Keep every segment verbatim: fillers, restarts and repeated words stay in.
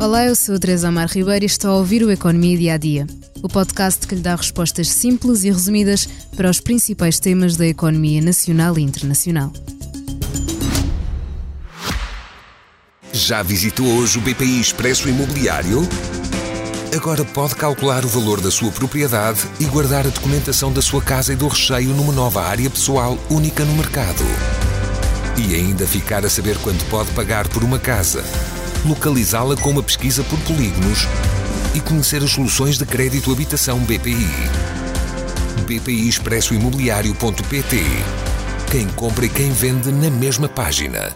Olá, eu sou a Teresa Amar Ribeiro e estou a ouvir o Economia Dia a Dia, o podcast que lhe dá respostas simples e resumidas para os principais temas da economia nacional e internacional. Já visitou hoje o B P I Expresso Imobiliário? Agora pode calcular o valor da sua propriedade e guardar a documentação da sua casa e do recheio numa nova área pessoal única no mercado. E ainda ficar a saber quanto pode pagar por uma casa, localizá-la com uma pesquisa por polígonos e conhecer as soluções de crédito habitação B P I. B P I Expresso Imobiliário ponto pt. Quem compra e quem vende na mesma página.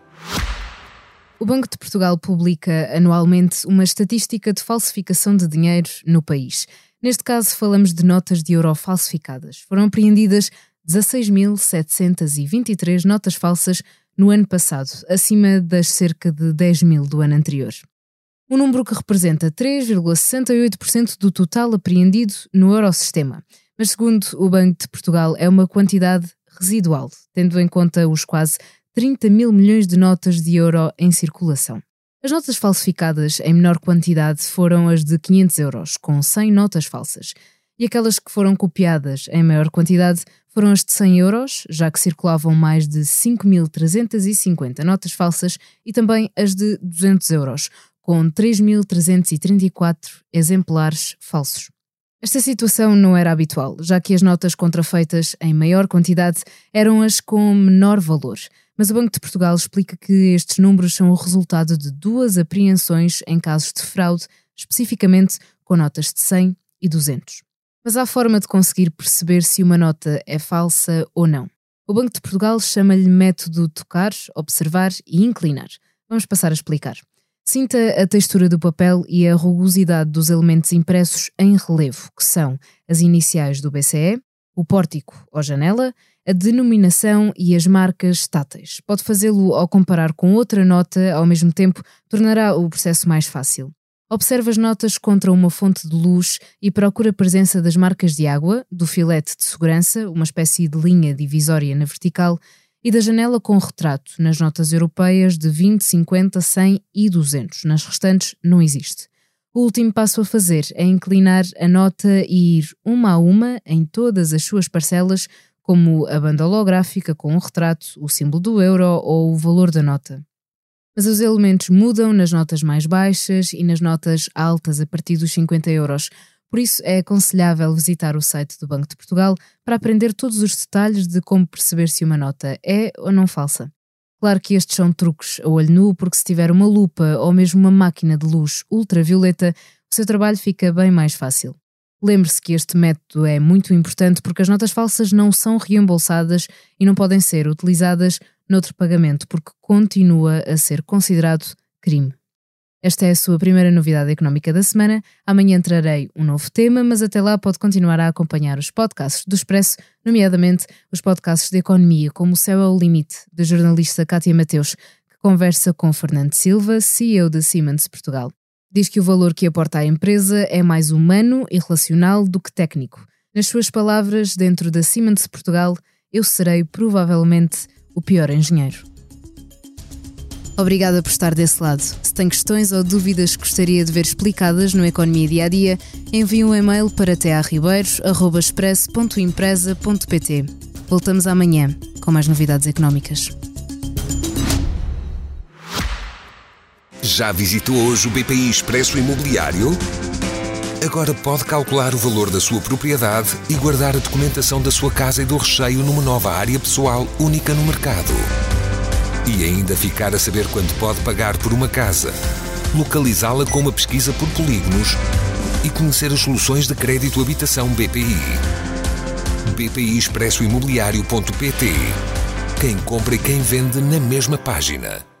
O Banco de Portugal publica anualmente uma estatística de falsificação de dinheiro no país. Neste caso, falamos de notas de euro falsificadas. Foram apreendidas dezasseis mil setecentas e vinte e três notas falsas no ano passado, acima das cerca de dez mil do ano anterior. Um número que representa três vírgula sessenta e oito por cento do total apreendido no Eurosistema. Mas, segundo o Banco de Portugal, é uma quantidade residual, tendo em conta os quase trinta mil milhões de notas de euro em circulação. As notas falsificadas em menor quantidade foram as de quinhentos euros, com cem notas falsas. E aquelas que foram copiadas em maior quantidade foram as de cem euros, já que circulavam mais de cinco mil trezentas e cinquenta notas falsas, e também as de duzentos euros, com três mil trezentos e trinta e quatro exemplares falsos. Esta situação não era habitual, já que as notas contrafeitas em maior quantidade eram as com menor valor. Mas o Banco de Portugal explica que estes números são o resultado de duas apreensões em casos de fraude, especificamente com notas de cem e duzentos. Mas há forma de conseguir perceber se uma nota é falsa ou não. O Banco de Portugal chama-lhe método tocar, observar e inclinar. Vamos passar a explicar. Sinta a textura do papel e a rugosidade dos elementos impressos em relevo, que são as iniciais do B C E, o pórtico ou janela, a denominação e as marcas táteis. Pode fazê-lo ao comparar com outra nota, ao mesmo tempo tornará o processo mais fácil. Observe as notas contra uma fonte de luz e procura a presença das marcas de água, do filete de segurança, uma espécie de linha divisória na vertical, e da janela com retrato, nas notas europeias de vinte, cinquenta, cem e duzentos. Nas restantes não existe. O último passo a fazer é inclinar a nota e ir uma a uma em todas as suas parcelas, como a banda holográfica com o retrato, o símbolo do euro ou o valor da nota. Mas os elementos mudam nas notas mais baixas e nas notas altas a partir dos cinquenta euros. Por isso é aconselhável visitar o site do Banco de Portugal para aprender todos os detalhes de como perceber se uma nota é ou não falsa. Claro que estes são truques a olho nu, porque se tiver uma lupa ou mesmo uma máquina de luz ultravioleta, o seu trabalho fica bem mais fácil. Lembre-se que este método é muito importante porque as notas falsas não são reembolsadas e não podem ser utilizadas noutro pagamento, porque continua a ser considerado crime. Esta é a sua primeira novidade económica da semana. Amanhã trarei um novo tema, mas até lá pode continuar a acompanhar os podcasts do Expresso, nomeadamente os podcasts de economia, como O Céu é o Limite, da jornalista Cátia Mateus, que conversa com Fernando Silva, C E O da Siemens Portugal. Diz que o valor que aporta à empresa é mais humano e relacional do que técnico. Nas suas palavras, dentro da Siemens Portugal, eu serei provavelmente o pior engenheiro. Obrigada por estar desse lado. Se tem questões ou dúvidas que gostaria de ver explicadas no Economia Dia a Dia, envie um e-mail para t a ribeiros arroba expresso ponto empresa ponto p t. Voltamos amanhã com mais novidades económicas. Já visitou hoje o B P I Expresso Imobiliário? Agora pode calcular o valor da sua propriedade e guardar a documentação da sua casa e do recheio numa nova área pessoal única no mercado. E ainda ficar a saber quanto pode pagar por uma casa, localizá-la com uma pesquisa por polígonos e conhecer as soluções de crédito habitação B P I. B P I Expresso Imobiliário ponto pt. Quem compra e quem vende na mesma página.